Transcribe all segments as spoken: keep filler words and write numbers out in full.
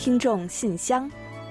听众信箱，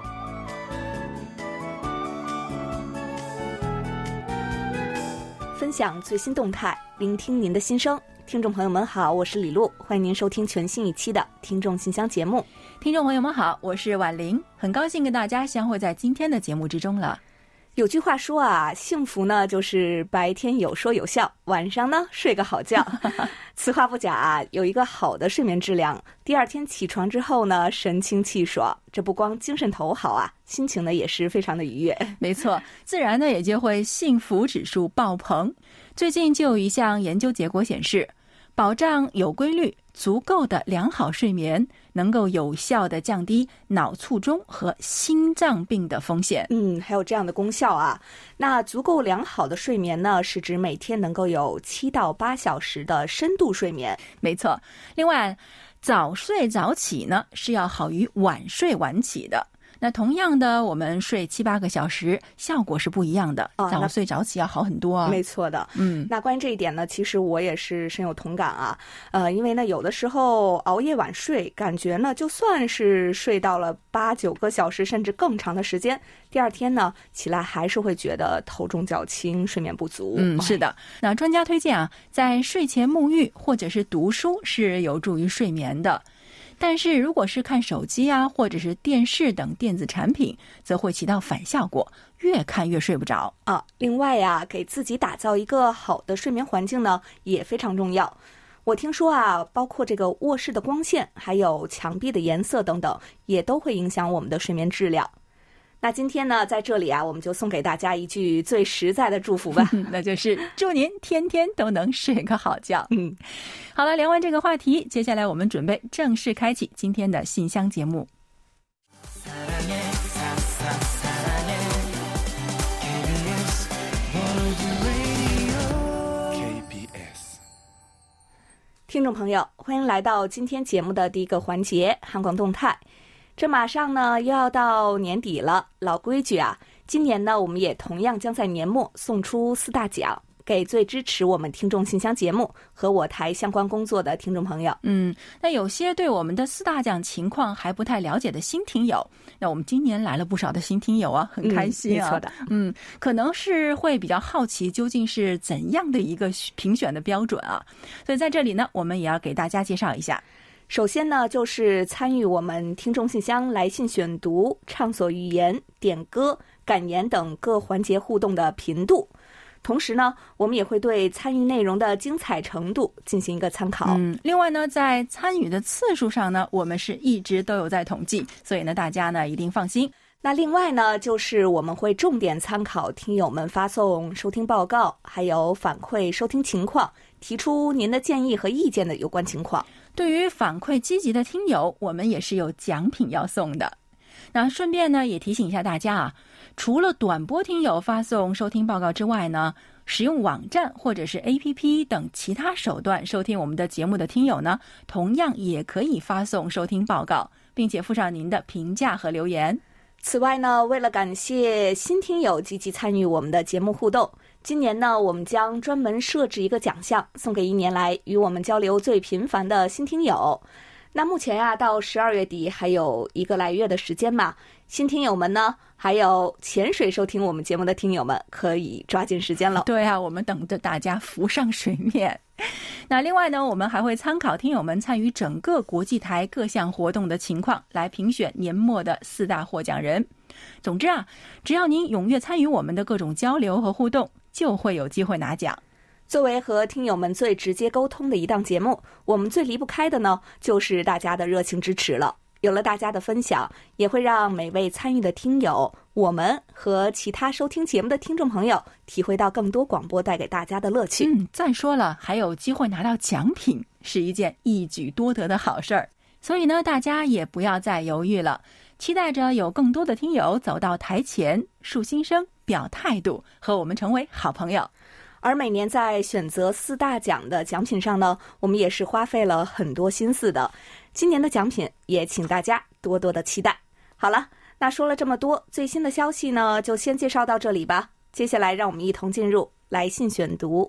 分享最新动态，聆听您的心声。听众朋友们好，我是李璐，欢迎您收听全新一期的听众信箱节目。 听众朋友们好，我是婉玲，很高兴跟大家相会在今天的节目之中了。 有句话说啊，幸福呢就是白天有说有笑，晚上呢睡个好觉。此话不假啊，有一个好的睡眠质量，第二天起床之后呢，神清气爽，这不光精神头好啊，心情呢也是非常的愉悦。 没错，自然呢也就会幸福指数爆棚。最近就有一项研究结果显示，保障有规律、足够的良好睡眠，能够有效地降低脑卒中和心脏病的风险。 嗯，还有这样的功效啊。那足够良好的睡眠呢，是指每天能够有七到八小时的深度睡眠。 没错。另外，早睡早起呢，是要好于晚睡晚起的。那同样的，我们睡七八个小时，效果是不一样的。 啊、 早睡早起要好很多啊。 没错的， 嗯， 那关于这一点呢，其实我也是深有同感啊。呃，因为呢，有的时候熬夜晚睡，感觉呢，就算是睡到了八九个小时，甚至更长的时间，第二天呢起来还是会觉得头重脚轻，睡眠不足。 嗯，是的。那专家推荐啊，在睡前沐浴或者是读书是有助于睡眠的。但是如果是看手机啊，或者是电视等电子产品，则会起到反效果，越看越睡不着啊。另外呀、啊，给自己打造一个好的睡眠环境呢，也非常重要。我听说啊，包括这个卧室的光线，还有墙壁的颜色等等，也都会影响我们的睡眠质量。那今天呢，在这里啊，我们就送给大家一句最实在的祝福吧， 那就是祝您天天都能睡个好觉。 嗯， 好了，聊完这个话题，接下来我们准备正式开启今天的信箱节目。 听众朋友，欢迎来到今天节目的第一个环节——汉广动态。这马上呢又要到年底了，老规矩啊，今年呢我们也同样将在年末送出四大奖，给最支持我们听众信箱节目和我台相关工作的听众朋友。 嗯，那有些对我们的四大奖情况还不太了解的新听友，那我们今年来了不少的新听友啊，很开心啊。 嗯、没错的。 嗯，可能是会比较好奇究竟是怎样的一个评选的标准啊，所以在这里呢，我们也要给大家介绍一下。 首先呢，就是参与我们听众信箱来信选读、畅所欲言、点歌、感言等各环节互动的频度。同时呢，我们也会对参与内容的精彩程度进行一个参考。 嗯，另外呢，在参与的次数上呢，我们是一直都有在统计，所以呢，大家呢一定放心。 那另外呢，就是我们会重点参考听友们发送收听报告，还有反馈收听情况，提出您的建议和意见的有关情况。 对于反馈积极的听友，我们也是有奖品要送的。那顺便呢，也提醒一下大家啊，除了短波听友发送收听报告之外呢，使用网站或者是 A P P 等其他手段收听我们的节目的听友呢，同样也可以发送收听报告，并且附上您的评价和留言。 此外呢，为了感谢新听友积极参与我们的节目互动，今年呢，我们将专门设置一个奖项，送给一年来与我们交流最频繁的新听友。那目前啊，到十二月底还有一个来月的时间嘛，新听友们呢，还有潜水收听我们节目的听友们，可以抓紧时间了。 对啊，我们等着大家浮上水面。那另外呢，我们还会参考听友们参与整个国际台各项活动的情况，来评选年末的四大获奖人。总之啊，只要您踊跃参与我们的各种交流和互动，就会有机会拿奖。 作为和听友们最直接沟通的一档节目，我们最离不开的呢，就是大家的热情支持了。有了大家的分享，也会让每位参与的听友，我们和其他收听节目的听众朋友体会到更多广播带给大家的乐趣。 嗯，再说了，还有机会拿到奖品，是一件一举多得的好事儿。所以呢，大家也不要再犹豫了，期待着有更多的听友走到台前，述心声、表态度，和我们成为好朋友。 而每年在选择四大奖的奖品上呢，我们也是花费了很多心思的。今年的奖品也请大家多多的期待。好了，那说了这么多，最新的消息呢，就先介绍到这里吧。接下来让我们一同进入来信选读。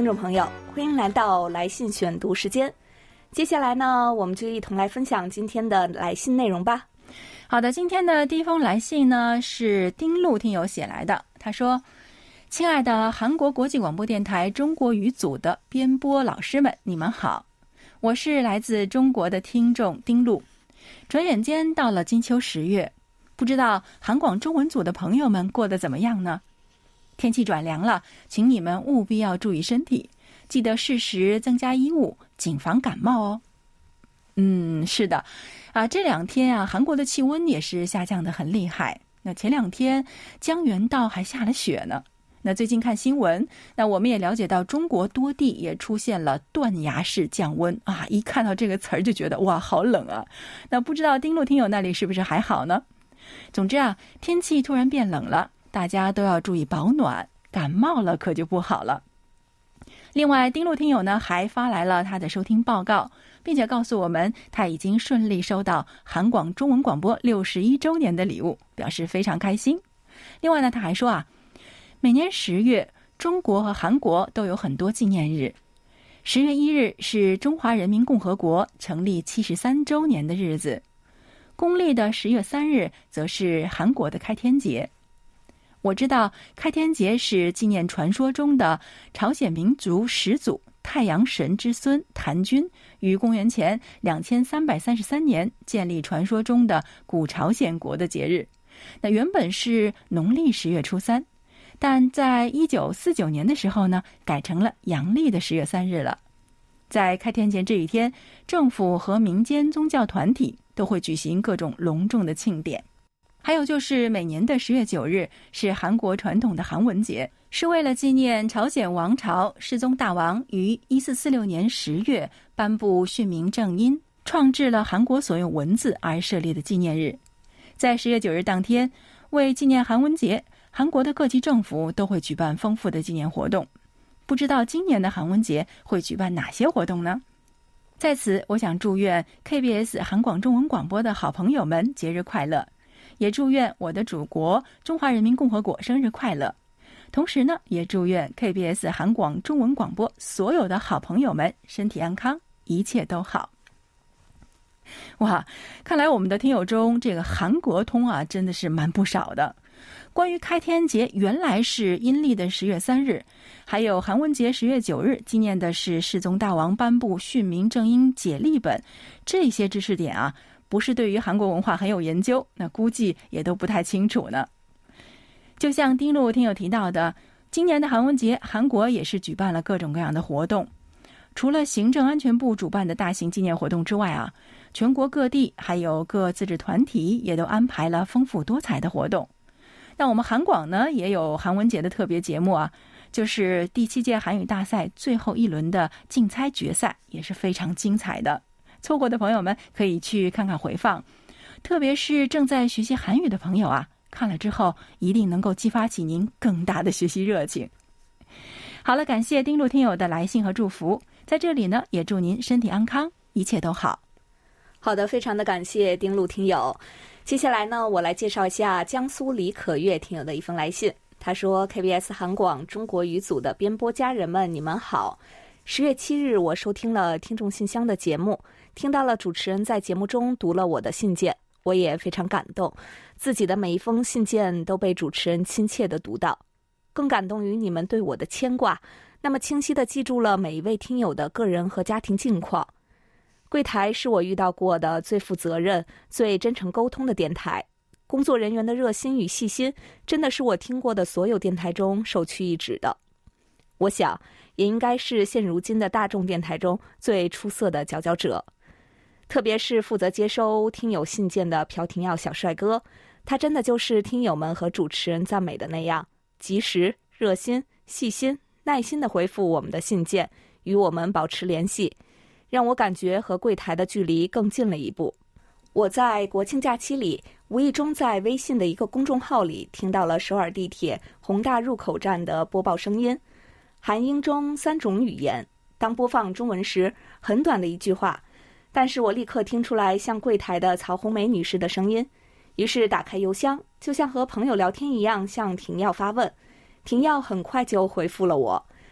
众朋友，欢迎来到来信选读时间。接下来呢，我们就一同来分享今天的来信内容吧。 好的，今天的第一封来信呢是丁路听友写来的。他说：亲爱的韩国国际广播电台中国语组的编播老师们，你们好，我是来自中国的听众丁路。转眼间到了金秋十月，不知道韩广中文组的朋友们过得怎么样呢？天气转凉了，请你们务必要注意身体，记得适时增加衣物，谨防感冒哦。嗯，是的，啊，这两天啊，韩国的气温也是下降得很厉害。那前两天江原道还下了雪呢。那最近看新闻，那我们也了解到中国多地也出现了断崖式降温啊！一看到这个词儿就觉得哇，好冷啊！那不知道丁路听友那里是不是还好呢？总之啊，天气突然变冷了，大家都要注意保暖，感冒了可就不好了。另外，丁路听友呢还发来了他的收听报告，并且告诉我们他已经顺利收到韩广中文广播六十一周年的礼物，表示非常开心。另外呢，他还说啊，每年十月，中国和韩国都有很多纪念日。十月一日是中华人民共和国成立七十三周年的日子，公历的十月三日则是韩国的开天节。我知道开天节是纪念传说中的朝鲜民族始祖太阳神之孙檀君于公元前两千三百三十三年建立传说中的古朝鲜国的节日。那原本是农历十月初三，但在一九四九年的时候呢，改成了阳历的十月三日了。在开天节这一天，政府和民间宗教团体都会举行各种隆重的庆典。还有就是每年的十月九日是韩国传统的韩文节，是为了纪念朝鲜王朝世宗大王于一四四六年十月颁布训民正音，创制了韩国所用文字而设立的纪念日。在十月九日当天，为纪念韩文节，韩国的各级政府都会举办丰富的纪念活动。不知道今年的韩文节会举办哪些活动呢？在此，我想祝愿 K B S 韩广中文广播的好朋友们节日快乐，也祝愿我的祖国中华人民共和国生日快乐。同时呢，也祝愿 K B S 韩广中文广播所有的好朋友们身体安康，一切都好。哇，看来我们的听友中这个韩国通啊，真的是蛮不少的。关于开天节原来是阴历的十月三日，还有韩文节十月九日纪念的是世宗大王颁布训民正音解历本，这些知识点啊，不是对于韩国文化很有研究，那估计也都不太清楚呢。就像丁路听友提到的，今年的韩文节，韩国也是举办了各种各样的活动。除了行政安全部主办的大型纪念活动之外啊，全国各地还有各自治团体也都安排了丰富多彩的活动。那我们韩广呢，也有韩文节的特别节目啊，就是第七届韩语大赛最后一轮的竞猜决赛，也是非常精彩的。错过的朋友们可以去看看回放，特别是正在学习韩语的朋友啊，看了之后一定能够激发起您更大的学习热情。好了，感谢丁路听友的来信和祝福，在这里呢，也祝您身体安康，一切都好。 好的，非常的感谢丁路听友。接下来呢，我来介绍一下江苏李可月听友的一封来信。他说 ：“K B S 韩广中国语组的编播家人们，你们好。十月七日，我收听了听众信箱的节目，听到了主持人在节目中读了我的信件，我也非常感动，自己的每一封信件都被主持人亲切地读到，更感动于你们对我的牵挂，那么清晰地记住了每一位听友的个人和家庭境况。柜台是我遇到过的最负责任、最真诚沟通的电台，工作人员的热心与细心，真的是我听过的所有电台中首屈一指的。我想，也应该是现如今的大众电台中最出色的佼佼者。特别是负责接收听友信件的朴廷耀小帅哥，他真的就是听友们和主持人赞美的那样，及时、热心、细心、耐心地回复我们的信件，与我们保持联系，让我感觉和柜台的距离更近了一步。我在国庆假期里，无意中在微信的一个公众号里听到了首尔地铁弘大入口站的播报声音，韩英中三种语言。当播放中文时，很短的一句话，但是我立刻听出来像柜台的曹红梅女士的声音，于是打开邮箱，就像和朋友聊天一样向廷耀发问。廷耀很快就回复了我，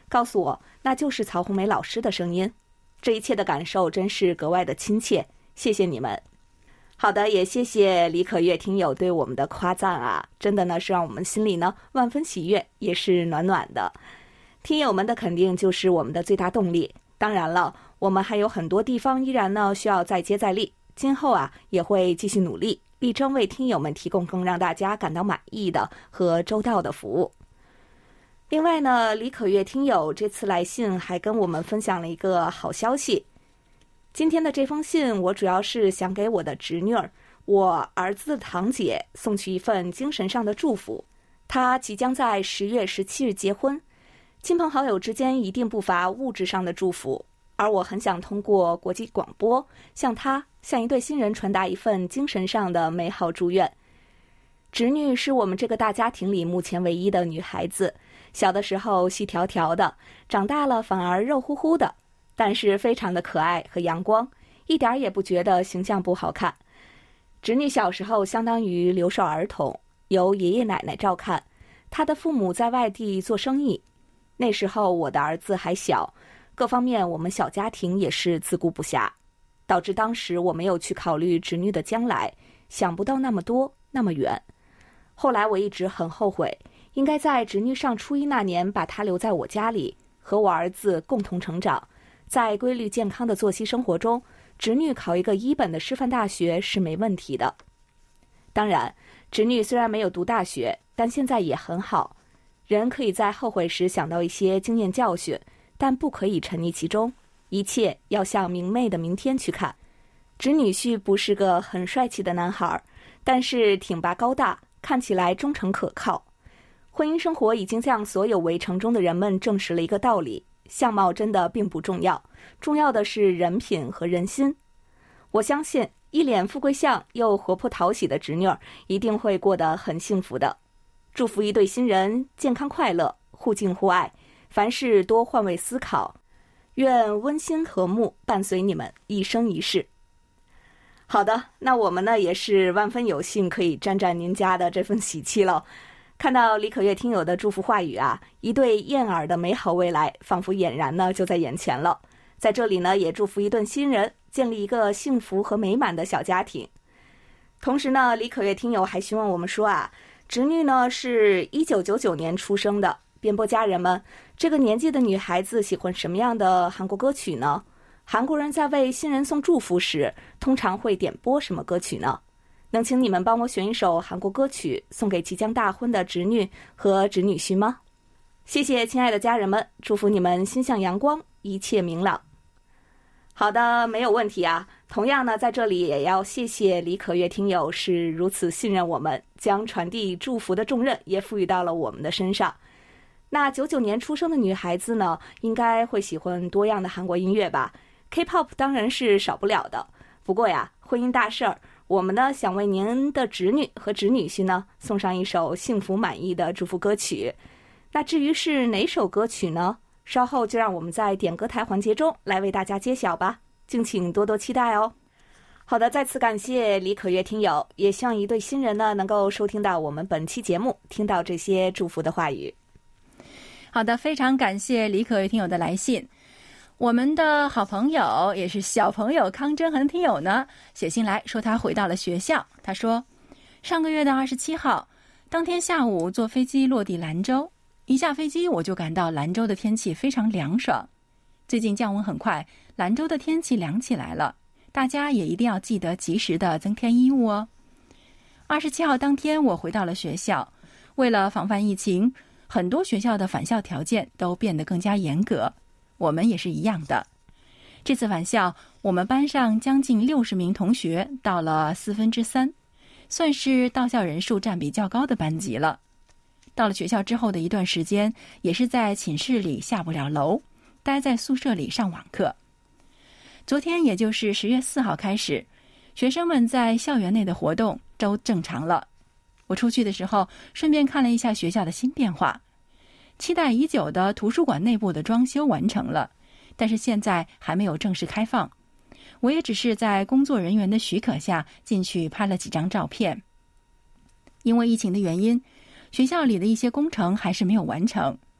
告诉我那就是曹红梅老师的声音。这一切的感受真是格外的亲切，谢谢你们。好的，也谢谢李可月听友对我们的夸赞啊，真的呢是让我们心里呢万分喜悦，也是暖暖的。听友们的肯定就是我们的最大动力。当然了，我们还有很多地方依然呢需要再接再厉，今后啊也会继续努力，力争为听友们提供更让大家感到满意的和周到的服务。另外呢，李可月听友这次来信还跟我们分享了一个好消息。今天的这封信，我主要是想给我的侄女儿，我儿子的堂姐送去一份精神上的祝福。她即将在十月十七日结婚，亲朋好友之间一定不乏物质上的祝福，而我很想通过国际广播，向她、向一对新人传达一份精神上的美好祝愿。侄女是我们这个大家庭里目前唯一的女孩子，小的时候细条条的，长大了反而肉乎乎的。但是非常的可爱和阳光，一点也不觉得形象不好看。侄女小时候相当于留守儿童，由爷爷奶奶照看，她的父母在外地做生意。那时候我的儿子还小，各方面我们小家庭也是自顾不暇，导致当时我没有去考虑侄女的将来，想不到那么多那么远。后来我一直很后悔，应该在侄女上初一那年把她留在我家里，和我儿子共同成长。在规律健康的作息生活中，侄女考一个一本的师范大学是没问题的。当然，侄女虽然没有读大学，但现在也很好。人可以在后悔时想到一些经验教训，但不可以沉溺其中，一切要向明媚的明天去看。侄女婿不是个很帅气的男孩，但是挺拔高大，看起来忠诚可靠。婚姻生活已经向所有围城中的人们证实了一个道理，相貌真的并不重要，重要的是人品和人心。我相信一脸富贵相又活泼讨喜的侄女儿一定会过得很幸福的。祝福一对新人健康快乐，互敬互爱，凡事多换位思考，愿温馨和睦伴随你们一生一世。好的，那我们呢也是万分有幸可以沾沾您家的这份喜气了。看到李可月听友的祝福话语啊，一对燕尔的美好未来仿佛俨然呢就在眼前了。在这里呢，也祝福一对新人建立一个幸福和美满的小家庭。同时呢，李可月听友还询问我们说啊，侄女呢是一九九九年出生的，编播家人们，这个年纪的女孩子喜欢什么样的韩国歌曲呢？韩国人在为新人送祝福时，通常会点播什么歌曲呢？能请你们帮我选一首韩国歌曲送给即将大婚的侄女和侄女婿吗？谢谢亲爱的家人们，祝福你们心向阳光，一切明朗。好的，没有问题啊。同样呢，在这里也要谢谢李可月听友是如此信任我们，将传递祝福的重任也赋予到了我们的身上。那九九年出生的女孩子呢，应该会喜欢多样的韩国音乐吧？ K-pop 当然是少不了的。不过呀，婚姻大事儿，我们呢想为您的侄女和侄女婿呢送上一首幸福满意的祝福歌曲。那至于是哪首歌曲呢？稍后就让我们在点歌台环节中来为大家揭晓吧，敬请多多期待哦。好的，再次感谢李可月听友，也希望一对新人呢能够收听到我们本期节目，听到这些祝福的话语。 好的，非常感谢李可月听友的来信。我们的好朋友也是小朋友康真恒听友呢写信来说他回到了学校。他说上个月的二十七号当天下午坐飞机落地兰州，一下飞机我就感到兰州的天气非常凉爽。最近降温很快，兰州的天气凉起来了，大家也一定要记得及时的增添衣物哦。二十七号当天我回到了学校，为了防范疫情，很多学校的返校条件都变得更加严格，我们也是一样的。这次返校，我们班上将近六十名同学到了四分之三，算是到校人数占比较高的班级了。到了学校之后的一段时间，也是在寝室里下不了楼，待在宿舍里上网课。昨天也就是十月四号开始，学生们在校园内的活动都正常了。我出去的时候顺便看了一下学校的新变化，期待已久的图书馆内部的装修完成了，但是现在还没有正式开放。我也只是在工作人员的许可下进去拍了几张照片。因为疫情的原因，学校里的一些工程还是没有完成，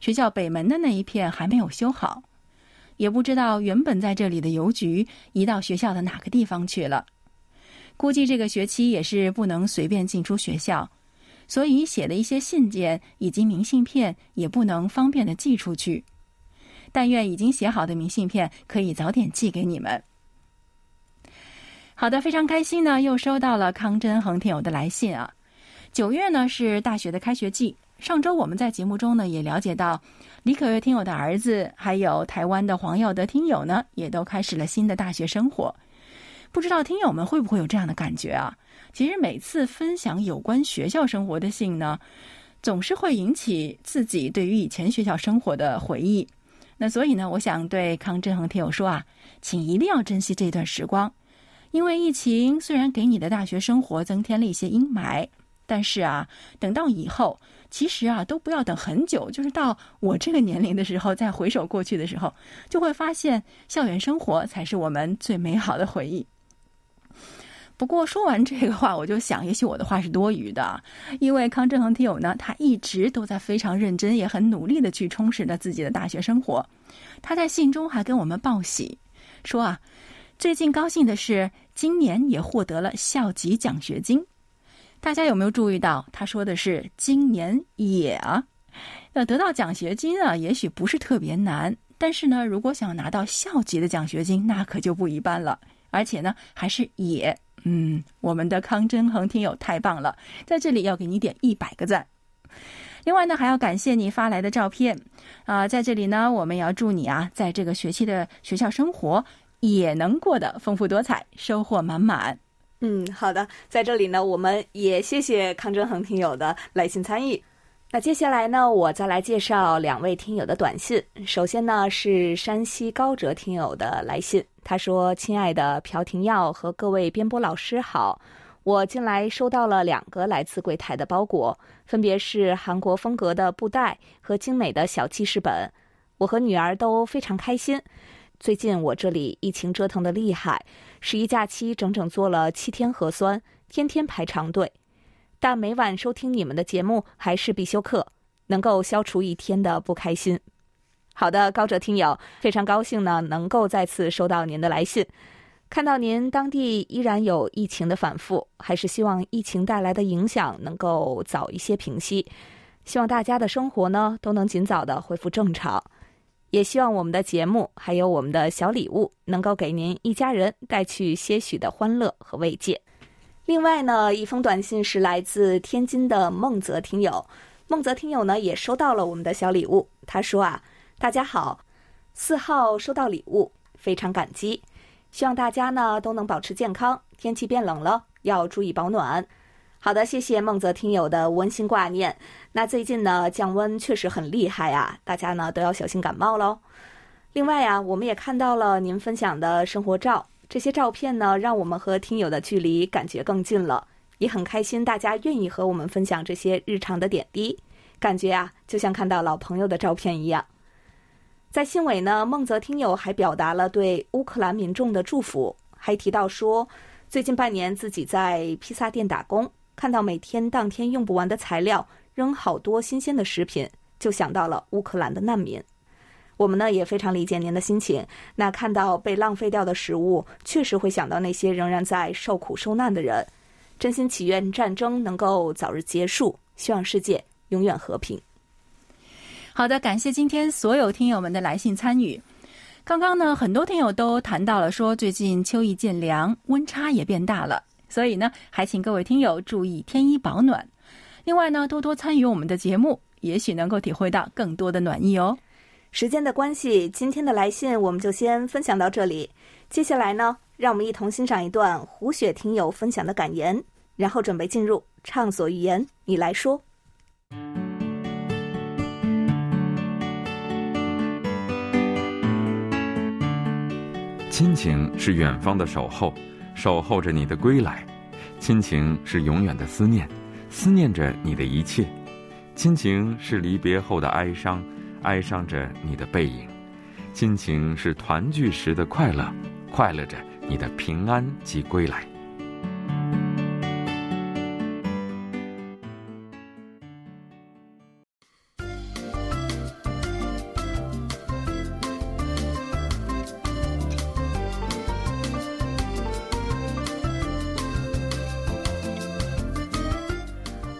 学校北门的那一片还没有修好，也不知道原本在这里的邮局移到学校的哪个地方去了。估计这个学期也是不能随便进出学校，所以写的一些信件以及明信片也不能方便的寄出去。但愿已经写好的明信片可以早点寄给你们。好的，非常开心呢，又收到了康真恒听友的来信啊。九月呢是大学的开学季，上周我们在节目中呢也了解到，李可月听友的儿子，还有台湾的黄耀德听友呢，也都开始了新的大学生活。不知道听友们会不会有这样的感觉啊？其实每次分享有关学校生活的信呢，总是会引起自己对于以前学校生活的回忆。那所以呢，我想对康真恒听友说啊，请一定要珍惜这段时光。因为疫情虽然给你的大学生活增添了一些阴霾，但是啊，等到以后，其实啊，都不要等很久，就是到我这个年龄的时候，再回首过去的时候，就会发现校园生活才是我们最美好的回忆。不过说完这个话，我就想，也许我的话是多余的，因为康真恒听友呢，他一直都在非常认真，也很努力的去充实着自己的大学生活。他在信中还跟我们报喜，说啊，最近高兴的是，今年也获得了校级奖学金。大家有没有注意到，他说的是今年也啊？那得到奖学金啊，也许不是特别难，但是呢，如果想拿到校级的奖学金，那可就不一般了。而且呢，还是也，嗯，我们的康真恒听友太棒了，在这里要给你点一百个赞。另外呢，还要感谢你发来的照片啊、呃，在这里呢，我们也要祝你啊，在这个学期的学校生活也能过得丰富多彩，收获满满。 嗯，好的，在这里呢，我们也谢谢康真恒听友的来信参与。那接下来呢，我再来介绍两位听友的短信。首先呢，是山西高哲听友的来信，他说：“亲爱的朴廷耀和各位编播老师好，我近来收到了两个来自柜台的包裹，分别是韩国风格的布袋和精美的小记事本，我和女儿都非常开心。最近我这里疫情折腾得厉害，十一假期整整做了七天核酸，天天排长队。但每晚收听你们的节目还是必修课，能够消除一天的不开心。”好的，高哲听友，非常高兴呢，能够再次收到您的来信。看到您当地依然有疫情的反复，还是希望疫情带来的影响能够早一些平息。希望大家的生活呢都能尽早的恢复正常。也希望我们的节目还有我们的小礼物能够给您一家人带去些许的欢乐和慰藉。另外呢，一封短信是来自天津的孟泽听友，孟泽听友呢也收到了我们的小礼物。他说啊，大家好，四号收到礼物，非常感激，希望大家呢都能保持健康，天气变冷了，要注意保暖。好的，谢谢孟泽听友的温馨挂念。那最近呢降温确实很厉害啊，大家呢都要小心感冒咯。另外啊，我们也看到了您分享的生活照，这些照片呢让我们和听友的距离感觉更近了，也很开心大家愿意和我们分享这些日常的点滴，感觉啊就像看到老朋友的照片一样。在信尾呢，孟泽听友还表达了对乌克兰民众的祝福，还提到说最近半年自己在披萨店打工，看到每天当天用不完的材料，扔好多新鲜的食品，就想到了乌克兰的难民。我们呢也非常理解您的心情，那看到被浪费掉的食物，确实会想到那些仍然在受苦受难的人。真心祈愿战争能够早日结束，希望世界永远和平。 好的，感谢今天所有听友们的来信参与。刚刚呢，很多听友都谈到了说最近秋意渐凉，温差也变大了，所以呢，还请各位听友注意添衣保暖。另外呢，多多参与我们的节目，也许能够体会到更多的暖意哦。 时间的关系，今天的来信我们就先分享到这里。接下来呢，让我们一同欣赏一段胡雪听友分享的感言，然后准备进入畅所欲言，你来说。 亲情是远方的守候，守候着你的归来；亲情是永远的思念，思念着你的一切；亲情是离别后的哀伤，哀伤着你的背影；亲情是团聚时的快乐，快乐着你的平安及归来。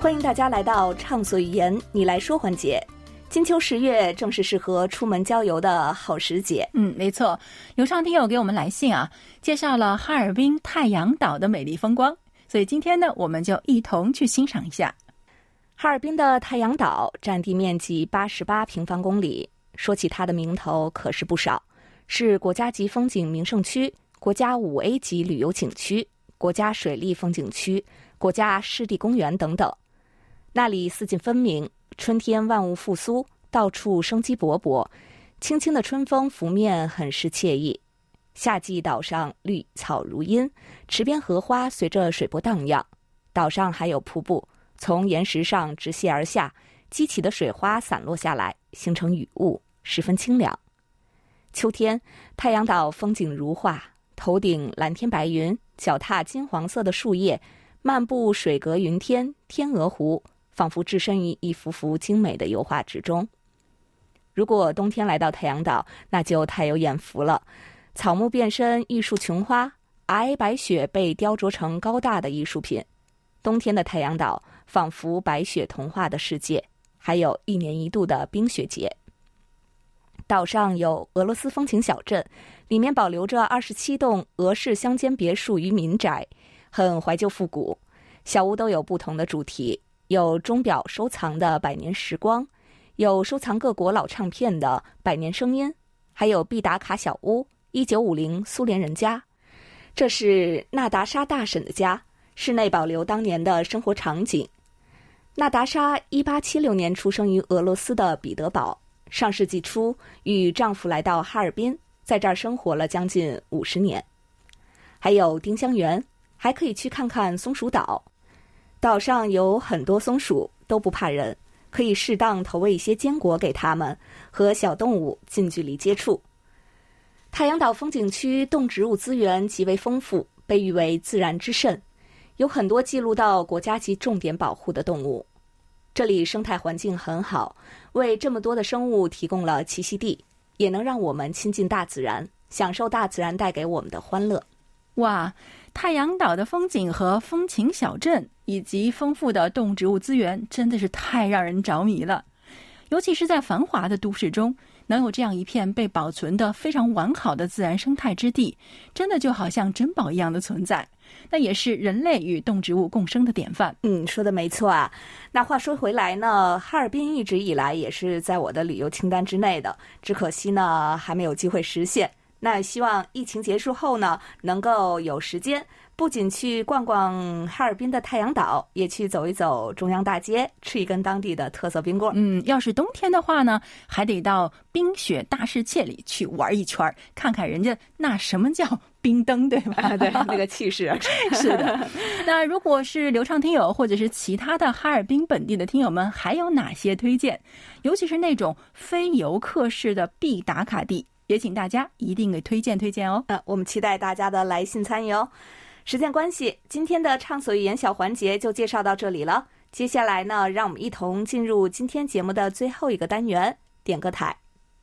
欢迎大家来到畅所欲言你来说环节。金秋十月正是适合出门郊游的好时节。 嗯，没错。有畅听友给我们来信啊，介绍了哈尔滨太阳岛的美丽风光，所以今天呢，我们就一同去欣赏一下。 哈尔滨的太阳岛占地面积八十八平方公里，说起它的名头可是不少，是国家级风景名胜区、国家五 A 级旅游景区、国家水利风景区、国家湿地公园等等。那里四季分明，春天万物复苏，到处生机勃勃，轻轻的春风拂面，很是惬意。夏季岛上绿草如茵，池边荷花随着水波荡漾，岛上还有瀑布从岩石上直泻而下，激起的水花散落下来，形成雨雾，十分清凉。秋天，太阳岛风景如画，头顶蓝天白云，脚踏金黄色的树叶，漫步水阁云天，天鹅湖，仿佛置身于一幅幅精美的油画之中。如果冬天来到太阳岛，那就太有眼福了。草木遍身，玉树琼花，皑皑白雪被雕琢成高大的艺术品。冬天的太阳岛仿佛白雪童话的世界，还有一年一度的冰雪节。岛上有俄罗斯风情小镇，里面保留着二十七栋俄式乡间别墅与民宅，很怀旧复古。小屋都有不同的主题，有钟表收藏的百年时光，有收藏各国老唱片的百年声音，还有必打卡小屋一九五零苏联人家。这是纳达沙大婶的家，室内保留当年的生活场景。纳达莎一八七六年出生于俄罗斯的彼得堡，上世纪初与丈夫来到哈尔滨，在这儿生活了将近五十年。还有丁香园，还可以去看看松鼠岛。岛上有很多松鼠，都不怕人，可以适当投喂一些坚果给它们，和小动物近距离接触。太阳岛风景区动植物资源极为丰富，被誉为自然之肾，有很多记录到国家级重点保护的动物。这里生态环境很好，为这么多的生物提供了栖息地，也能让我们亲近大自然，享受大自然带给我们的欢乐。 哇，太阳岛的风景和风情小镇以及丰富的动植物资源真的是太让人着迷了。尤其是在繁华的都市中，能有这样一片被保存得非常完好的自然生态之地，真的就好像珍宝一样的存在，那也是人类与动植物共生的典范。 嗯，说的没错啊。那话说回来呢，哈尔滨一直以来也是在我的旅游清单之内的，只可惜呢还没有机会实现。那希望疫情结束后呢，能够有时间，不仅去逛逛哈尔滨的太阳岛，也去走一走中央大街，吃一根当地的特色冰棍。 嗯，要是冬天的话呢，还得到冰雪大世界里去玩一圈，看看人家那什么叫冰灯，对吧？ 啊、对，那个气势是的。那如果是流畅听友或者是其他的哈尔滨本地的听友们，还有哪些推荐？尤其是那种非游客式的必打卡地，也请大家一定给推荐推荐哦。 呃，我们期待大家的来信参与哦。时间关系，今天的畅所欲言小环节就介绍到这里了。接下来呢，让我们一同进入今天节目的最后一个单元——点歌台。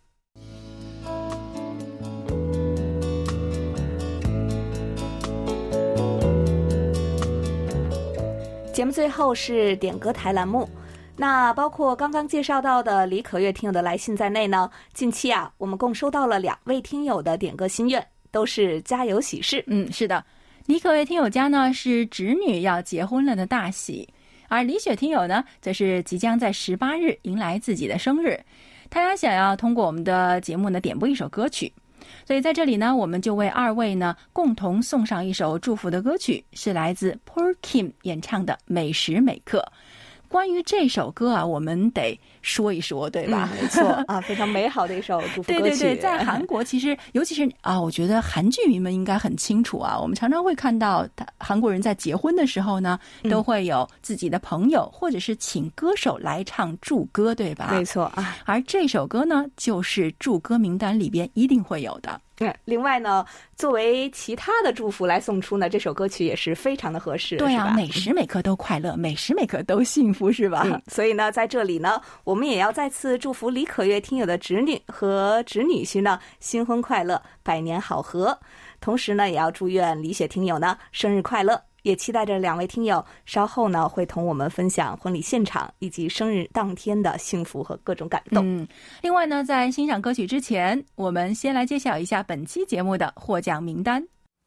节目最后是点歌台栏目。那包括刚刚介绍到的李可月听友的来信在内呢，近期啊，我们共收到了两位听友的点歌心愿，都是家有喜事。 嗯，是的，李可月听友家呢是侄女要结婚了的大喜，而李雪听友呢，则是即将在十八日迎来自己的生日，他俩想要通过我们的节目呢点播一首歌曲，所以在这里呢，我们就为二位呢共同送上一首祝福的歌曲，是来自 Paul Kim 演唱的《每时每刻》。关于这首歌啊，我们得说一说，对吧？ 嗯、没错啊，非常美好的一首祝福歌曲。 对对对，在韩国其实，尤其是啊，我觉得韩剧迷们应该很清楚啊。我们常常会看到，韩国人在结婚的时候呢，都会有自己的朋友、嗯、或者是请歌手来唱祝歌，对吧？ 没错啊。 而这首歌呢，就是祝歌名单里边一定会有的。 对，另外呢，作为其他的祝福来送出呢，这首歌曲也是非常的合适。 对啊，每时每刻都快乐，每时每刻都幸福，是吧？ 嗯，所以呢，在这里呢，我们也要再次祝福李可月听友的侄女和侄女婿呢新婚快乐，百年好合。同时呢，也要祝愿李雪听友呢生日快乐， 也期待着两位听友稍后呢会同我们分享婚礼现场以及生日当天的幸福和各种感动。 嗯，另外呢，在欣赏歌曲之前，我们先来揭晓一下本期节目的获奖名单。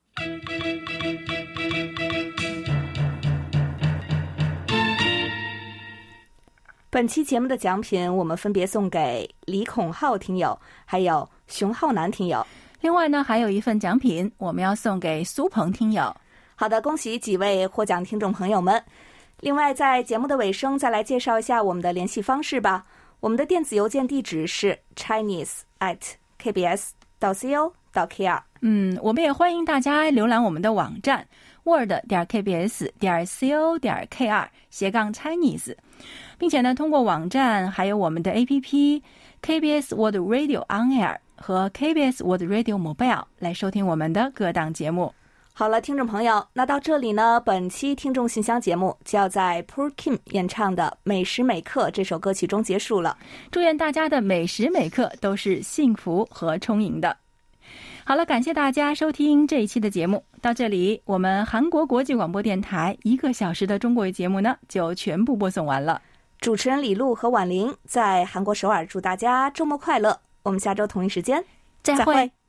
本期节目的奖品我们分别送给李孔浩听友还有熊浩南听友。 另外呢，还有一份奖品我们要送给苏鹏听友。 好的，恭喜几位获奖听众朋友们。另外在节目的尾声再来介绍一下我们的联系方式吧。我们的电子邮件地址是 chinese at k b s dot co dot k r。 嗯，我们也欢迎大家浏览我们的网站 word 点 k b s 点 co 点 k r 斜杠 Chinese， 并且呢通过网站还有我们的 A P P K B S World Radio On Air 和 K B S World Radio Mobile 来收听我们的各档节目。 好了，听众朋友，那到这里呢，本期听众信箱节目就要在 Paul Kim 演唱的《每时每刻》这首歌曲中结束了。 祝愿大家的每时每刻都是幸福和充盈的。好了，感谢大家收听这一期的节目。到这里，我们韩国国际广播电台一个小时的中国语节目呢，就全部播送完了。 主持人李璐和婉玲在韩国首尔祝大家周末快乐。我们下周同一时间再会。